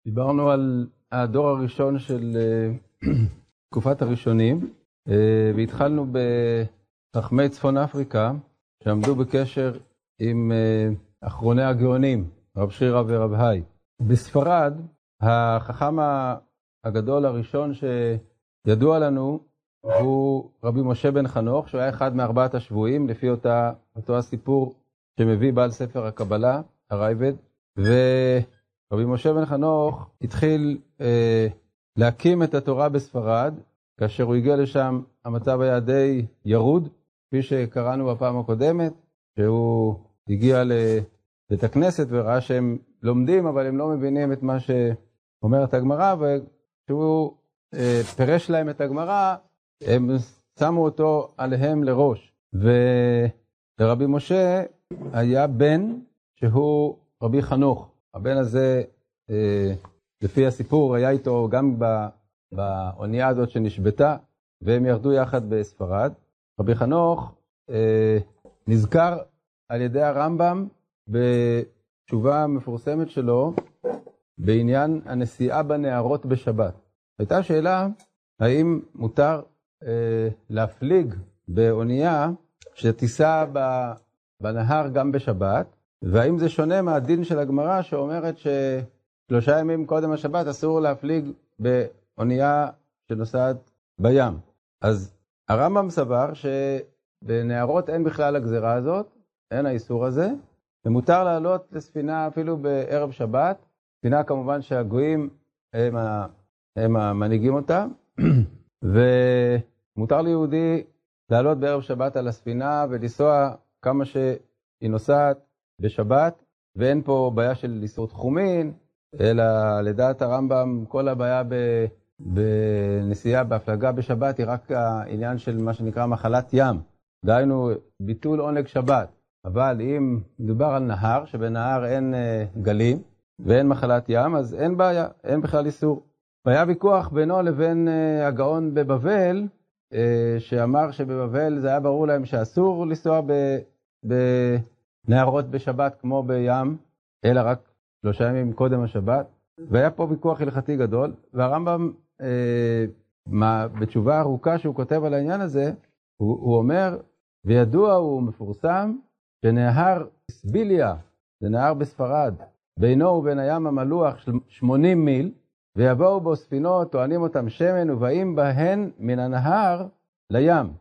דיברנו על הדור הראשון של תקופת הראשונים, והתחלנו בחכמי צפון אפריקה, שעמדו בקשר עם אחרוני הגאונים, רב שירא ורב היי. בספרד, החכם הגדול הראשון שידוע לנו, הוא רבי משה בן חנוך, שהוא היה אחד מארבעת השבויים, לפי אותו הסיפור שמביא בעל ספר הקבלה, הרייבד, ורבי משה בן חנוך התחיל להקים את התורה בספרד, כאשר הוא הגיע לשם המצב היה די ירוד, כפי שקראנו בפעם הקודמת, שהוא הגיע לבית הכנסת וראה שהם לומדים, אבל הם לא מבינים את מה שאומרת הגמרא, וכשהוא פירש להם את הגמרא, הם שמו אותו עליהם לראש. ולרבי משה היה בן שהוא רבי חנוך. הבן הזה, לפי הסיפור, היה איתו גם באונייה הזאת שנשבתה, והם ירדו יחד בספרד. רבי חנוך נזכר על ידי הרמב"ם בתשובה מפורסמת שלו, בעניין הנסיעה בנהרות בשבת. הייתה שאלה, האם מותר להפליג באונייה שתיסע בנהר גם בשבת, והאם זה שונה מהדין של הגמרא שאומרת ש3 ימים קודם השבת אסור להפליג באונייה שנוסעת בים. אז הרמב"ם סבר שבנהרות אין בכלל הגזרה הזאת, אין האיסור הזה, ומותר לעלות לספינה אפילו בערב שבת, ספינה כמובן שהגויים הם המנהיגים אותה, ומותר ליהודי לעלות בערב שבת על הספינה ולנסוע כמה שהיא נוסעת בשבת, ואין פה בעיה של איסור תחומין, אלא לדעת הרמב"ם כל הבעיה בנסיעה בהפלגה בשבת היא רק העניין של מה שנקרא מחלת ים, דהיינו ביטול עונג שבת. אבל אם מדובר על נהר, שבנהר אין גלים ואין מחלת ים, אז אין בעיה, אין בכלל איסור. והיה ויכוח בינו לבין הגאון בבבל, שאמר שבבבל זה היה ברור להם שאסור לנסוע בנהרות בשבת כמו בים, אלא רק 3 ימים קודם השבת. והיה פה ויכוח הלכתי גדול, והרמב"ם בתשובה ארוכה שהוא כותב על העניין הזה, הוא אומר, וידוע הוא מפורסם, שנהר סביליה, זה נהר בספרד, בינו ובין הים המלוח 80 מיל, ויבואו בו ספינות, טוענים אותם שמן, ובאים בהן מן הנהר לים.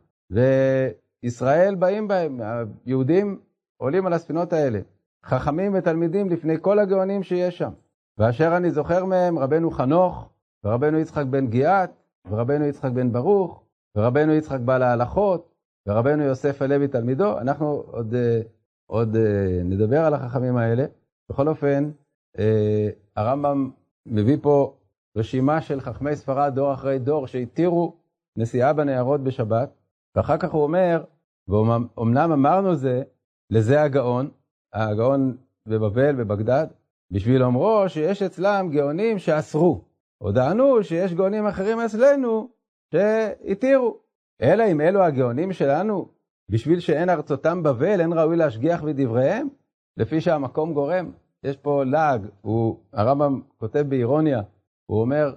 וישראל באים בהם, היהודים עולים על הספינות האלה, חכמים ותלמידים לפני כל הגאונים שיש שם. ואשר אני זוכר מהם, רבנו חנוך, ורבנו יצחק בן גיאת, ורבנו יצחק בן ברוך, ורבנו יצחק בעל ההלכות, ורבנו יוסף הלוי תלמידו. אנחנו עוד נדבר על החכמים האלה. בכל אופן, הרמב"ם מביא פה רשימה של חכמי ספרד דור אחרי דור שהתירו נסיעה בנהרות בשבת, ואחר כך הוא אומר, ואומנם אמרנו לזה הגאון בבבל ובגדד, בשביל אומרו שיש אצלם גאונים שאסרו. הודענו שיש גאונים אחרים אצלנו שהתירו. אלא אם אלו הגאונים שלנו, בשביל שאין ארצותם בבל, אין ראוי להשגיח בדבריהם, לפי שהמקום גורם. יש פה לעג, הרמב"ם כותב באירוניה, הוא אומר,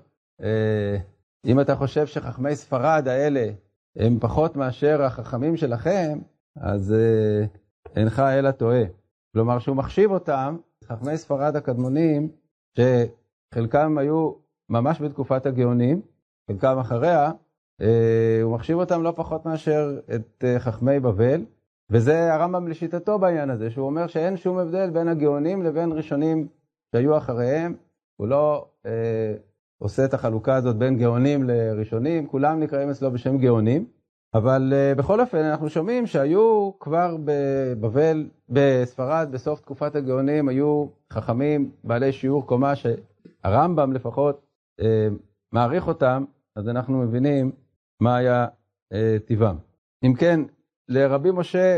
אם אתה חושב שחכמי ספרד האלה הם פחות מאשר החכמים שלכם, אז אינך אלא טועה. כלומר שהוא מחשיב אותם, חכמי ספרד הקדמונים, שחלקם היו ממש בתקופת הגאונים, חלקם אחריה, הוא מחשיב אותם לא פחות מאשר את חכמי בבל, וזה הרמב"ם לשיטתו בעניין הזה, שהוא אומר שאין שום הבדל בין הגאונים לבין ראשונים שהיו אחריהם, הוא לא עושה את החלוקה הזאת בין גאונים לראשונים, כולם נקראים אצלו בשם גאונים, אבל בכל אופן אנחנו שומעים שהיו כבר בבבל, בספרד, בסוף תקופת הגאונים, היו חכמים בעלי שיעור קומה שהרמב"ם לפחות מעריך אותם, אז אנחנו מבינים מה היה טבעם. אם כן, לרבי משה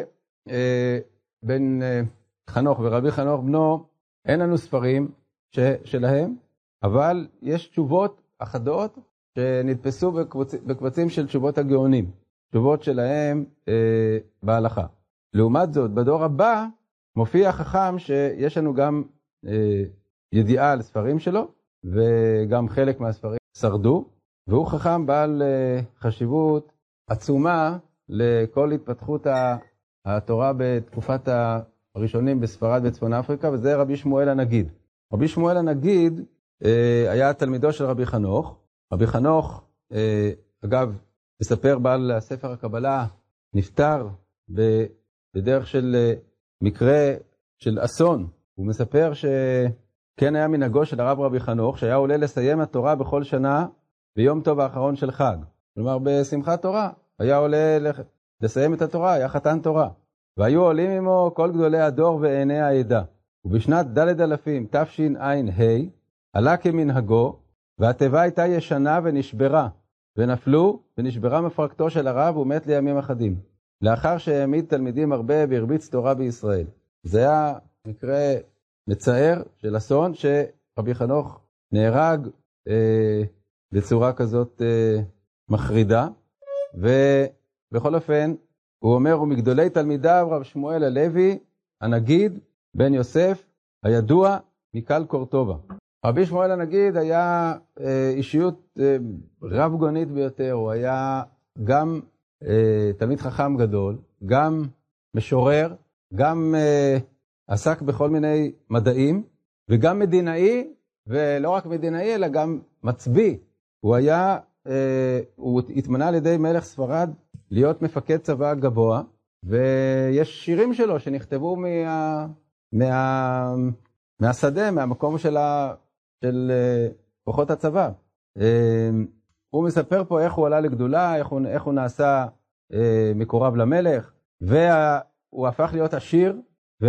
בן חנוך ורבי חנוך בנו, אין לנו ספרים שלהם, אבל יש תשובות אחדות שנתפסו בקבצים של תשובות הגאונים, תשובות שלהם בהלכה. לעומת זאת, בדור הבא מופיע חכם שיש לנו גם ידיעה על ספרים שלו, וגם חלק מהספרים שרדו, והוא חכם בעל חשיבות עצומה לכל התפתחות התורה בתקופת הראשונים בספרד וצפון אפריקה, וזה רבי שמואל הנגיד. רבי שמואל הנגיד היה תלמידו של רבי חנוך. רבי חנוך, אגב, מספר בעל ספר הקבלה, נפטר בדרך של מקרה של אסון. הוא מספר שכן היה מנהגו של הרב רבי חנוך, שהיה עולה לסיים התורה בכל שנה ביום טוב האחרון של חג. כלומר, בשמחת תורה. היה עולה לסיים את התורה, היה חתן תורה. והיו עולים עמו כל גדולי הדור ועיני העדה. ובשנת ד' אלפים תשע"ה עלה כמנהגו, והתיבה הייתה ישנה ונשברה, ונפלו ונשברה מפרקתו של הרב ומת לימים אחדים, לאחר שהעמיד תלמידים הרבה והרביץ תורה בישראל. זה היה מקרה מצער של אסון שרבי חנוך נהרג בצורה כזאת מחרידה, ובכל אופן הוא אומר, ומגדולי תלמידיו רב שמואל הלוי הנגיד בן יוסף הידוע מקל קורטובה. רבי שמואל הנגיד היה אישיות רב גונית ביותר, הוא היה גם תלמיד חכם גדול, גם משורר, גם עסק בכל מיני מדעים, וגם מדינאי, ולא רק מדינאי אלא גם מצביא. הוא התמנה על ידי מלך ספרד להיות מפקד צבא גבוה, ויש שירים שלו שנכתבו מהשדה, מהמקום של כוחות הצבא. הוא מספר פה איך הוא עלה לגדולה, איך הוא נעשה מקורב למלך, והוא הפך להיות עשיר,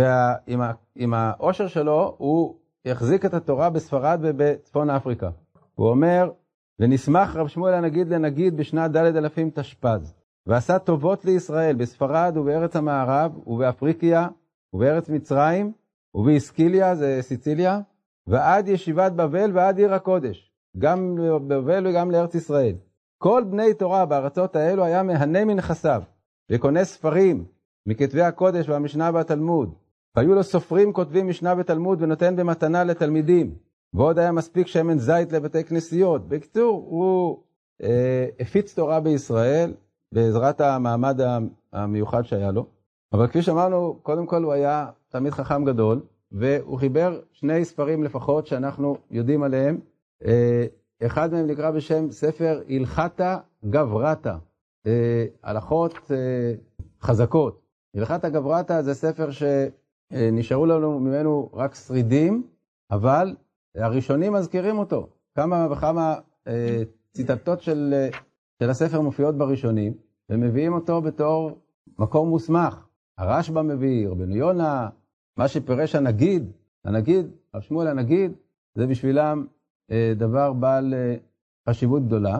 ועם העושר שלו הוא החזיק את התורה בספרד ובצפון אפריקה. הוא אומר, ונשמח רב שמואל הנגיד לנגיד בשנת ד' אלפים תשפ"ז, ועשה טובות לישראל בספרד ובארץ המערב ובאפריקיה ובארץ מצרים ובאסקיליה, זה סיציליה, ועד ישיבת בבל ועד עיר הקודש, גם בבל וגם לארץ ישראל. כל בני תורה בארצות האלו היה מהנה מנכסיו, וקונה ספרים מכתבי הקודש והמשנה והתלמוד. והיו לו סופרים כותבים משנה ותלמוד ונותן במתנה לתלמידים. ועוד היה מספיק שמן זית לבתי כנסיות. בקיצור, הוא הפיץ תורה בישראל בעזרת המעמד המיוחד שהיה לו. אבל כפי שאמרנו, קודם כל הוא היה תלמיד חכם גדול, והוא חיבר שני ספרים לפחות שאנחנו יודעים עליהם. אחד מהם נקרא בשם ספר הלכתה גברתא, הלכות חזקות. הלכתה גברתא זה ספר שנשארו לנו ממנו רק שרידים, אבל הראשונים מזכירים אותו. כמה וכמה ציטטות של הספר מופיעות בראשונים, ומביאים אותו בתור מקור מוסמך. הרשב"א מביא, רבנו יונה, מה שפירש הנגיד, רב שמואל הנגיד, זה בשבילם דבר בעל חשיבות גדולה.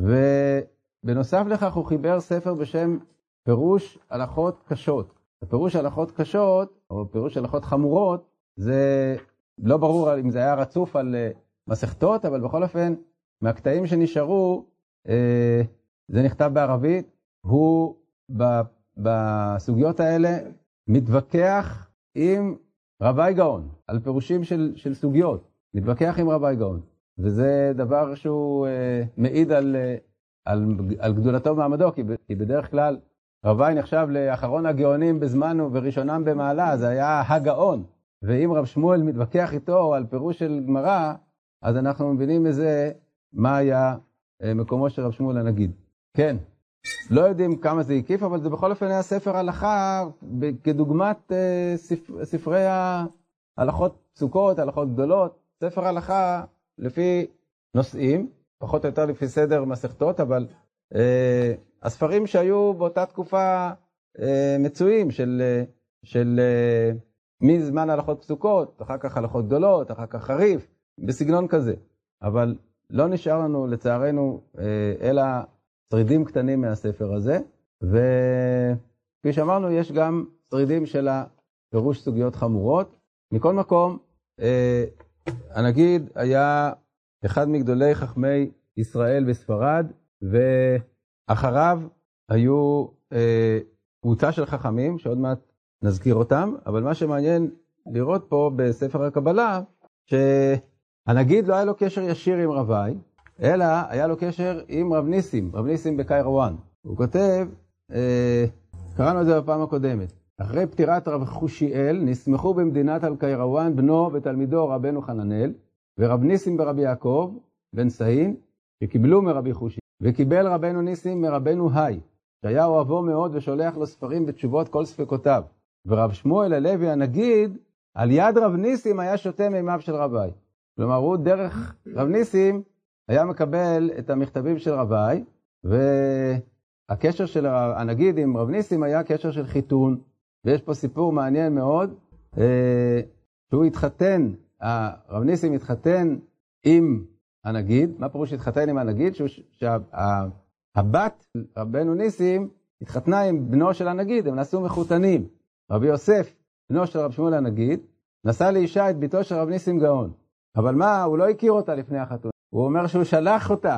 ובנוסף לכך הוא חיבר ספר בשם פירוש הלכות קשות. הפירוש הלכות קשות, או פירוש הלכות חמורות, זה לא ברור אם זה היה רצוף על מסכתות, אבל בכל אופן, מהקטעים שנשארו, זה נכתב בערבית. הוא בסוגיות האלה מתווכח עם רבי גאון, על פירושים של סוגיות, מתווכח עם רבי גאון. וזה דבר שהוא מעיד על גדולתו ומעמדו, כי בדרך כלל רבי נחשב לאחרון הגאונים בזמנו וראשונם במעלה, זה היה הגאון. ואם רב שמואל מתווכח איתו על פירוש של גמרא, אז אנחנו מבינים מזה מה היה מקומו של רב שמואל הנגיד. כן, לא יודעים כמה זה הקיף, אבל זה בכל אופן היה ספר הלכה כדוגמת ספרי ההלכות פסוקות, הלכות גדולות, ספר הלכה לפי נושאים, פחות או יותר לפי סדר מסכתות, אבל הספרים שהיו באותה תקופה מצויים של מזמן הלכות פסוקות, אחר כך הלכות גדולות, אחר כך חריף, בסגנון כזה. אבל לא נשאר לנו לצערנו אלא שרידים קטנים מהספר הזה, וכפי שאמרנו יש גם שרידים של פירוש סוגיות חמורות. מכל מקום, הנגיד היה אחד מגדולי חכמי ישראל בספרד, ואחריו היו קבוצה של חכמים שעוד מעט נזכיר אותם, אבל מה שמעניין לראות פה בספר הקבלה, הנגיד לא היה לו קשר ישיר עם רבי, אלא היה לו קשר עם רב ניסים, רב ניסים בקיירוואן. הוא כותב, קראנו את זה בפעם הקודמת, אחרי פטירת רב חושיאל נסמכו במדינת על קיירוואן בנו ותלמידו רבנו חננאל, ורב ניסים ברבי יעקב בן סהין, שקיבלו מרבי חושיאל, וקיבל רבנו ניסים מרבנו היי, שהיה אוהבו מאוד ושולח לו ספרים בתשובות כל ספקותיו. ורב שמואל הלוי הנגיד, על יד רב ניסים היה שותה מימיו של רבי. כלומר, הוא דרך רב ניסים היה מקבל את המכתבים של רבי, והקשר של הנגיד עם רב ניסים היה קשר של חיתון. ויש פה סיפור מעניין מאוד, שהוא התחתן, רב ניסים התחתן עם הנגיד. מה פירוש התחתן עם הנגיד? שהבת רבנו ניסים התחתנה עם בנו של הנגיד, הם נעשו מחותנים. רבי יוסף, בנו של רב שמואל הנגיד, נשא לאישה את ביתו של רב ניסים גאון. אבל מה, הוא לא הכיר אותה לפני החתונה. הוא אומר שהוא שלח אותה.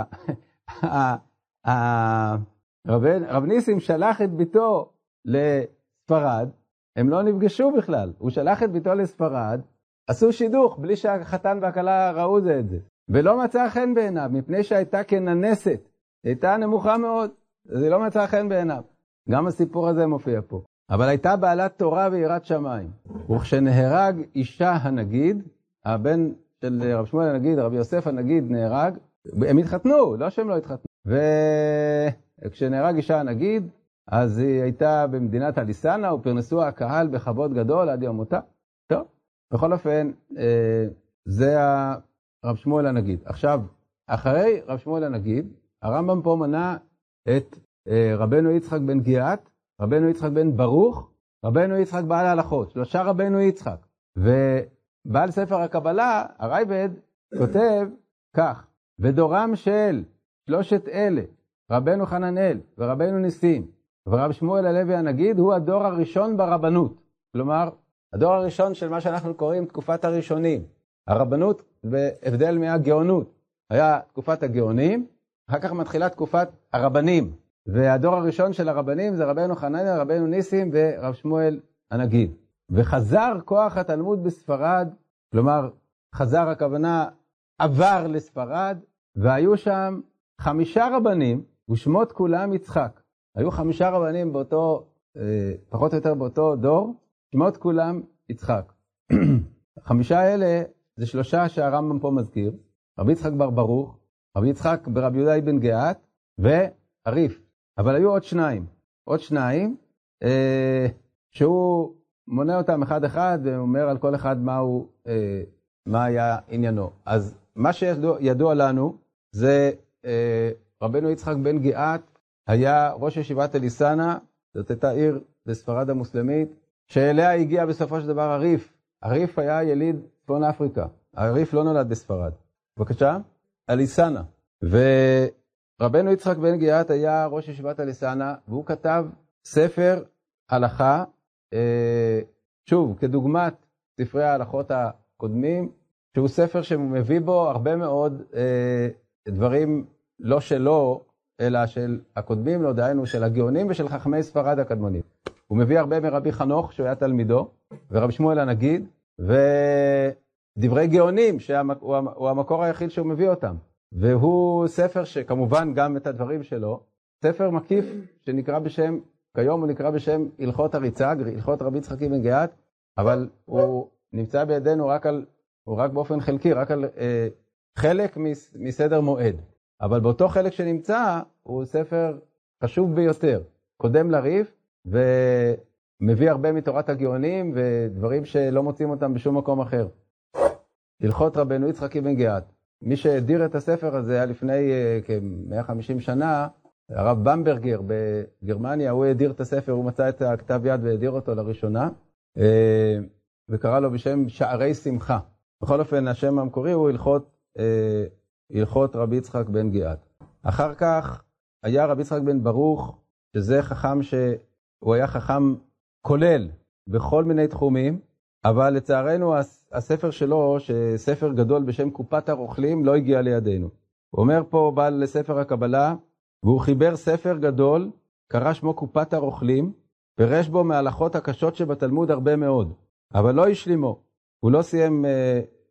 רב ניסים שלח את ביתו לספרד, הם לא נפגשו בכלל. הוא שלח את ביתו לספרד, עשו שידוך בלי שהחתן והכלה ראו זה את זה. ולא מצא חן בעיניו, מפני שהייתה כננסת. הייתה נמוכה מאוד, זה לא מצא חן בעיניו. גם הסיפור הזה מופיע פה. אבל הייתה בעלת תורה ויראת שמיים. וכשנהרג אישה הנגיד, הבן של רב שמואל הנגיד, רבי יוסף הנגיד נהרג, הם התחתנו, לא שהם לא התחתנו. וכשנהרג אישה הנגיד, אז היא הייתה במדינת הליסנה, ופרנסו הקהל בכבוד גדול עד יום מותה. טוב, בכל אופן, זה הרב שמואל הנגיד. עכשיו, אחרי רב שמואל הנגיד, הרמב"ם פה מנה את רבנו יצחק בן גיאת, רבנו יצחק בן ברוך, רבנו יצחק בעל ההלכות, 3 רבנו יצחק. ובעל ספר הקבלה, הרייבד, כותב כך, ודורם של 3 אלה, רבנו חננאל ורבנו ניסים ורב שמואל הלוי הנגיד, הוא הדור הראשון ברבנות. כלומר, הדור הראשון של מה שאנחנו קוראים תקופת הראשונים. הרבנות בהבדל מהגאונות. היה תקופת הגאונים, אחר כך מתחילה תקופת הרבנים. והדור הראשון של הרבנים זה רבנו חננאל, רבנו ניסים ורב שמואל הנגיד. וחזר כוח התלמוד בספרד, כלומר חזר הכוונה עבר לספרד, והיו שם 5 רבנים, ושמות כולם יצחק. היו 5 רבנים באותו, פחות או יותר באותו דור, שמות כולם יצחק. 5 האלה זה 3 שהרמב"ם פה מזכיר, רבי יצחק בר ברוך, רבי יצחק ברבי יהודה בן גיאת, והריף. אבל היו עוד שניים, שהוא מונה אותם אחד אחד, ואומר על כל אחד מה היה עניינו. אז מה שידוע לנו, זה רבנו יצחק בן גיאת, היה ראש ישיבת אליסנה, זאת הייתה עיר בספרד המוסלמית, שאליה הגיע בסופו של דבר הריף. הריף היה יליד צפון אפריקה, הריף לא נולד בספרד. בבקשה? אליסנה. ורבנו יצחק בן גיאת היה ראש ישיבת אליסנה, והוא כתב ספר הלכה, שוב, כדוגמת ספרי ההלכות הקודמים, שהוא ספר שמביא בו הרבה מאוד דברים לא שלו, אלא של הקודמים, לא דהיינו, של הגאונים ושל חכמי ספרד הקדמונים. הוא מביא הרבה מרבי חנוך, שהוא היה תלמידו, ורב שמואל הנגיד, ודברי גאונים, שהוא המקור היחיד שהוא מביא אותם. והוא ספר שכמובן גם את הדברים שלו, ספר מקיף שנקרא בשם, כיום הוא נקרא בשם הלכות הריצ"ג, הלכות רבי יצחק בן גיאת, אבל הוא נמצא בידינו רק באופן חלקי, רק על חלק מסדר מועד. אבל באותו חלק שנמצא הוא ספר חשוב ביותר, קודם לריף, ומביא הרבה מתורת הגאונים ודברים שלא מוצאים אותם בשום מקום אחר. הלכות רבנו יצחק בן גיאת. מי שהדיר את הספר הזה היה לפני כ-150 שנה, הרב במברגר בגרמניה, הוא הדיר את הספר, הוא מצא את הכתב יד והדיר אותו לראשונה, וקרא לו בשם שערי שמחה. בכל אופן, השם המקורי הוא הלכות רבי יצחק בן גיאת. אחר כך היה רבי יצחק בן ברוך, שזה חכם שהוא היה חכם כולל בכל מיני תחומים, אבל לצערנו הספר שלו, שספר גדול בשם קופת הרוכלים, לא הגיע לידינו. הוא אומר פה בעל לספר הקבלה, והוא חיבר ספר גדול, קרא שמו קופת הרוכלים, פירש בו מההלכות הקשות שבתלמוד הרבה מאוד, אבל לא השלימו. הוא לא סיים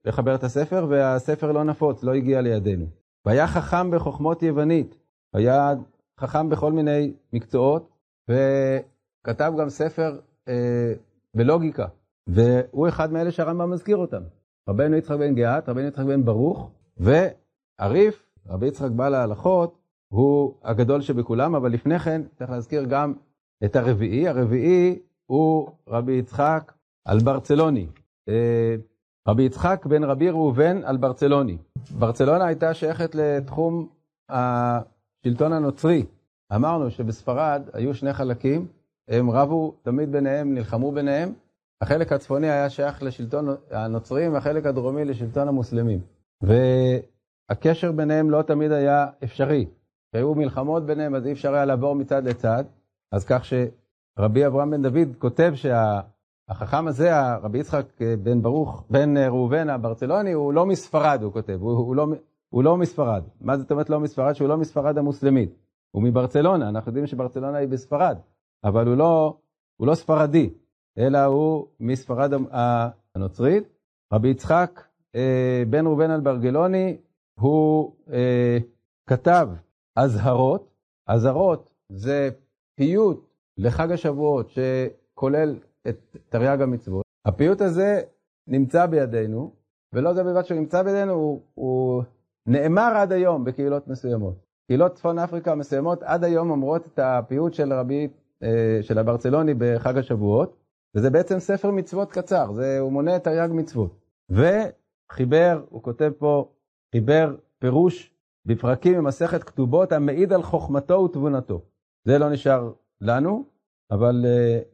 לחבר את הספר, והספר לא נפוץ, לא הגיע לידינו. והיה חכם בחוכמות יוונית, היה חכם בכל מיני מקצועות, וכתב גם ספר בלוגיקה, והוא אחד מאלה שהרמב"ם מזכיר אותם. רבנו יצחק בן גאת, רבנו יצחק בן ברוך, והריף, רבי יצחק בעל ההלכות, הוא הגדול שבכולם, אבל לפני כן צריך להזכיר גם את הרביעי. הרביעי הוא רבי יצחק אלברצלוני. רבי יצחק בן רבי ראובן אלברצלוני. ברצלונה הייתה שייכת לתחום השלטון הנוצרי. אמרנו שבספרד היו שני חלקים, הם רבו תמיד ביניהם, נלחמו ביניהם. החלק הצפוני היה שייך לשלטון הנוצרים, והחלק הדרומי לשלטון המוסלמים. והקשר ביניהם לא תמיד היה אפשרי. היו מלחמות ביניהם, אז אי אפשר היה לעבור מצד לצד. אז כך שרבי אברהם בן דוד כותב שהחכם הזה, רבי יצחק בן ברוך, בן ראובן הברצלוני, הוא לא מספרד, הוא כותב. הוא לא מספרד. מה זאת אומרת לא מספרד? שהוא לא מספרד המוסלמית. הוא מברצלונה. אנחנו יודעים שברצלונה היא בספרד. אבל הוא לא ספרדי, אלא הוא מספרד הנוצרית. רבי יצחק בן ראובן אלברצלוני, הוא כתב אזהרות. אזהרות זה פיוט לחג השבועות שכולל את תרי"ג המצוות. הפיוט הזה נמצא בידינו, ולא זה בלבד שהוא נמצא בידינו, הוא נאמר עד היום בקהילות מסוימות. קהילות צפון אפריקה מסוימות עד היום אומרות את הפיוט של הברצלוני בחג השבועות, וזה בעצם ספר מצוות קצר, הוא מונה את תרי"ג מצוות. וחיבר, הוא כותב פה, חיבר פירוש בפרקים ממסכת כתובות המעיד על חוכמתו ותבונתו. זה לא נשאר לנו, אבל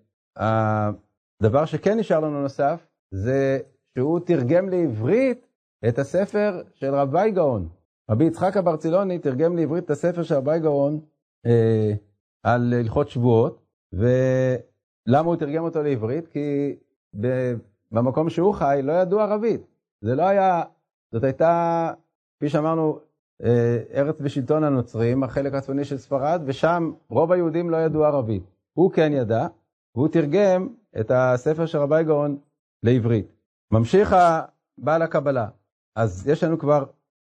הדבר שכן נשאר לנו נוסף, זה שהוא תרגם לעברית את הספר של רבי גאון. רבי יצחק הברצלוני תרגם לעברית את הספר של רבי גאון על הלכות שבועות, ולמה הוא תרגם אותו לעברית? כי במקום שהוא חי לא ידעו ערבית. זה לא היה, זאת הייתה, כפי שאמרנו, ארץ בשלטון הנוצרים, החלק הצפוני של ספרד, ושם רוב היהודים לא ידעו ערבית. הוא כן ידע, והוא תרגם את הספר של רבי גאון לעברית. ממשיך בעל הקבלה. אז יש לנו כבר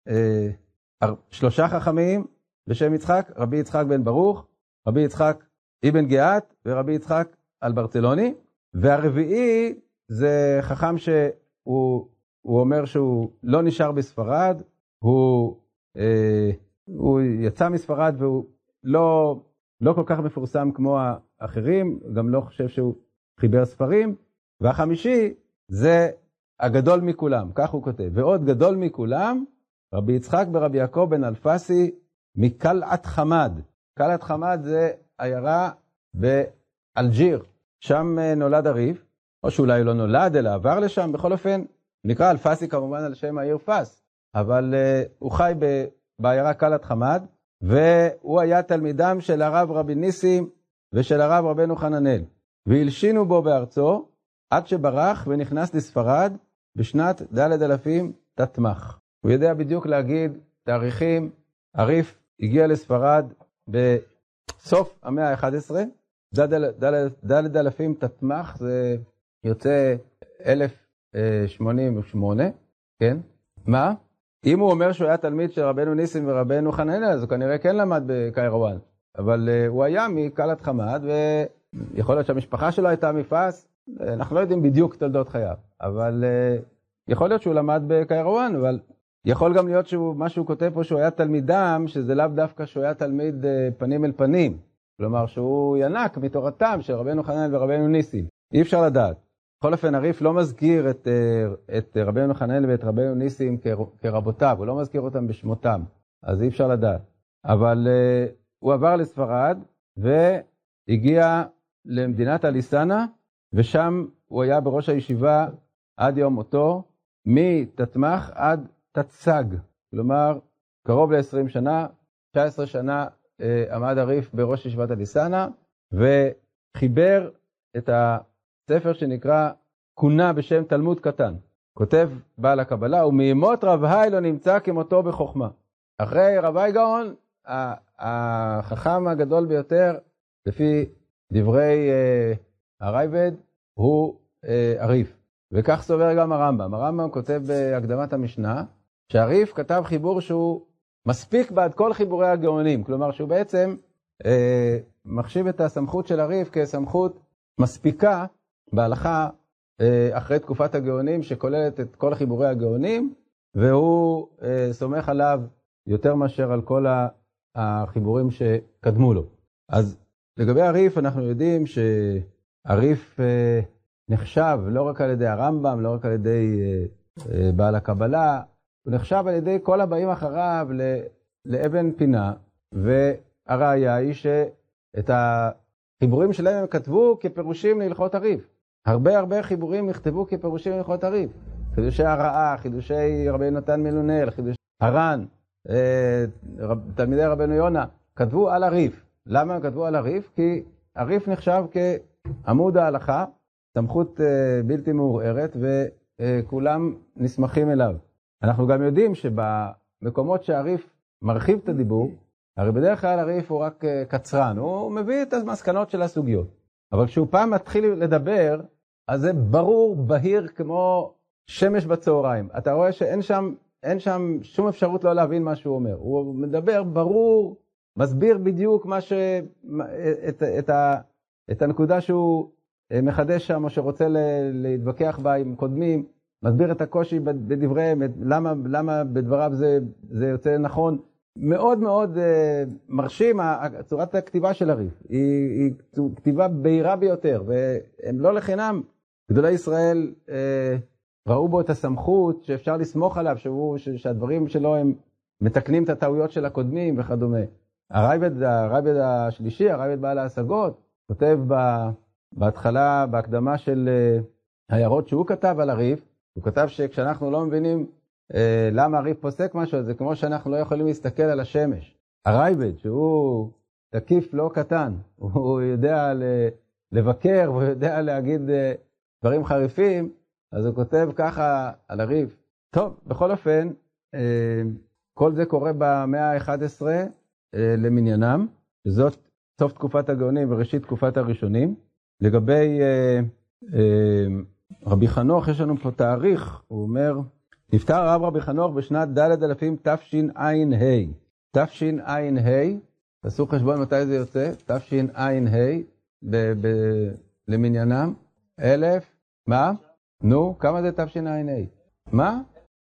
3 חכמים בשם יצחק, רבי יצחק בן ברוך, רבי יצחק אבן גאת ורבי יצחק אלברצלוני. והרביעי זה חכם שהוא אומר שהוא לא נשאר בספרד, הוא יצא מספרד והוא לא כל כך מפורסם כמו האחרים, גם לא חושב שהוא חיבר ספרים. והחמישי זה הגדול מכולם, כך הוא כותב. ועוד גדול מכולם, רבי יצחק ברבי יעקב בן אלפסי מקלעת חמד. קלעת חמד זה עיירה באלג'יר, שם נולד הריף, או שאולי לא נולד אלא עבר לשם. בכל אופן נקרא אלפסי כמובן על שם העיר פס, אבל הוא חי בעיירה קלעת חמד, והוא היה תלמידם של הרב רבי ניסים ושל הרב רבנו חננאל, והלשינו בו בארצו עד שברח ונכנס לספרד בשנת ד' אלפים תתמך. הוא יודע בדיוק להגיד תאריכים. הריף הגיע לספרד בסוף המאה ה-11, ד' אלפים תתמך, זה יוצא 1088, כן? מה? אם הוא אומר שהוא היה תלמיד של רבנו ניסים ורבנו חננאל, אז הוא כנראה כן למד בקיירוואן, אבל הוא היה מקלעת חמד, ויכול להיות שהמשפחה שלו הייתה מפס. אנחנו לא יודעים בדיוק תולדות חייו, אבל יכול להיות שהוא למד בקיירוואן, אבל יכול גם להיות מה שהוא כותב פה שהוא היה תלמידם, שזה לאו דווקא שהוא היה תלמיד פנים אל פנים, כלומר שהוא ינק מתורתם של רבנו חננאל ורבנו ניסים. אי אפשר לדעת. בכל אופן הריף לא מזכיר את רבנו חננאל ואת רבנו ניסים כרבותיו, הוא לא מזכיר אותם בשמותם, אז אי אפשר לדעת. אבל הוא עבר לספרד והגיע למדינת אליסנה, ושם הוא היה בראש הישיבה עד יום מותו, מתתמך עד תצג, כלומר קרוב ל-20 שנה, 19 שנה עמד הריף בראש ישיבת אליסנה, וחיבר את הספר שנקרא כונה בשם תלמוד קטן. כותב בעל הקבלה, ומימות רב היי לא נמצא כמותו בחוכמה. אחרי רבי גאון, החכם הגדול ביותר, לפי דברי הרייבד, הוא הריף. וכך סובר גם הרמב"ם. הרמב"ם כותב בהקדמת המשנה, שהריף כתב חיבור שהוא מספיק בעד כל חיבורי הגאונים, כלומר שהוא בעצם מחשיב את הסמכות של הריף כסמכות מספיקה בהלכה אחרי תקופת הגאונים, שכוללת את כל חיבורי הגאונים, והוא סומך עליו יותר מאשר על כל החיבורים שקדמו לו. אז לגבי הריף אנחנו יודעים שהריף נחשב לא רק על ידי הרמב"ם, לא רק על ידי בעל הקבלה, הוא נחשב על ידי כל הבאים אחריו לאבן פינה, והראיה היא שאת החיבורים שלהם הם כתבו כפירושים להלכות הריף. הרבה חיבורים נכתבו כפירושים להלכות הריף. חידושי הרעה, חידושי רבי נתן מלונל, חידושי הר"ן, תלמידי רבנו יונה, כתבו על הריף. למה הם כתבו על הריף? כי הריף נחשב כעמוד ההלכה, סמכות בלתי מעורערת, וכולם נסמכים אליו. אנחנו גם יודעים שבמקומות שהריף מרחיב את הדיבור, הרי בדרך כלל הריף הוא רק קצרן, הוא מביא את המסקנות של הסוגיות. אבל כשהוא פעם מתחיל לדבר, אז זה ברור, בהיר, כמו שמש בצהריים. אתה רואה שאין שם שום אפשרות לא להבין מה שהוא אומר. הוא מדבר ברור, מסביר בדיוק את הנקודה שהוא מחדש שם, או שרוצה להתווכח בה עם קודמים, מסביר את הקושי בדבריהם, למה בדבריו זה יוצא נכון. מאוד מאוד מרשים צורת הכתיבה של הריף. היא כתיבה בהירה ביותר, והם לא לחינם. גדולי ישראל ראו בו את הסמכות שאפשר לסמוך עליו, שהדברים שלו הם מתקנים את הטעויות של הקודמים וכדומה. הרייבד השלישי, הרייבד בעל ההשגות, כותב בהתחלה, בהקדמה של הערות שהוא כתב על הריף, הוא כתב שכשאנחנו לא מבינים למה הריף פוסק משהו, זה כמו שאנחנו לא יכולים להסתכל על השמש. הרייבד, שהוא תקיף לא קטן, הוא יודע לבקר, והוא יודע להגיד דברים חריפים, אז הוא כותב ככה על הריף. טוב, בכל אופן, כל זה קורה במאה ה-11 למניינם, שזאת סוף תקופת הגאונים וראשית תקופת הראשונים. לגבי רבי חנוך, יש לנו פה תאריך, הוא אומר, נפטר הרב רבי חנוך בשנת ד' אלפים תשע"ה. תשע"ה, תעשו חשבון מתי זה יוצא, תשע"ה, למניינם, 1000, מה? נו, כמה זה תשע"ה? מה?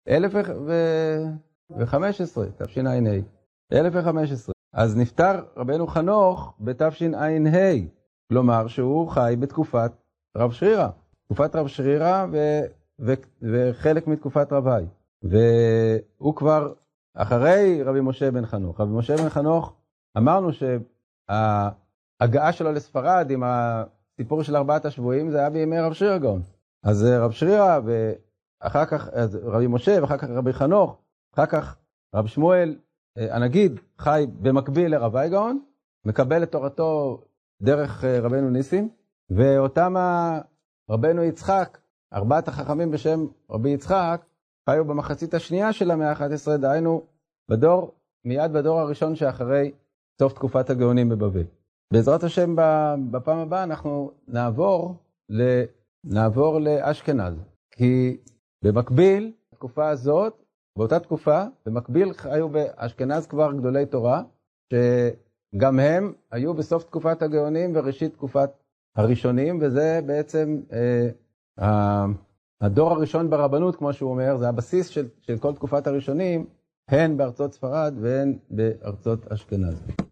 1015, תשע"ה, 1015. אז נפטר רבנו חנוך בתשע"ה, כלומר שהוא חי בתקופת רב שרירא. תקופת רב שרירא וחלק מתקופת רבי. והוא כבר אחרי רבי משה בן חנוך. רבי משה בן חנוך, אמרנו שההגעה שלו לספרד עם הסיפור של 4 השבועים, זה היה בימי רב שרירא גאון. אז רב שרירא ואחר כך רבי משה ואחר כך רבי חנוך, אחר כך רב שמואל הנגיד חי במקביל לרבי גאון, מקבל את תורתו דרך רבנו ניסים, ואותם רבנו יצחק, 4 החכמים בשם רבי יצחק, חיו במחצית השנייה של המאה ה-11, דהיינו מיד בדור הראשון שאחרי סוף תקופת הגאונים בבבל. בעזרת השם בפעם הבאה אנחנו נעבור לאשכנז, כי במקביל התקופה הזאת, באותה תקופה, במקביל חיו באשכנז כבר גדולי תורה, שגם הם היו בסוף תקופת הגאונים וראשית תקופת הראשונים, וזה בעצם הדור הראשון ברבנות, כמו שהוא אומר, זה הבסיס של כל תקופת הראשונים, הן בארצות ספרד והן בארצות אשכנז.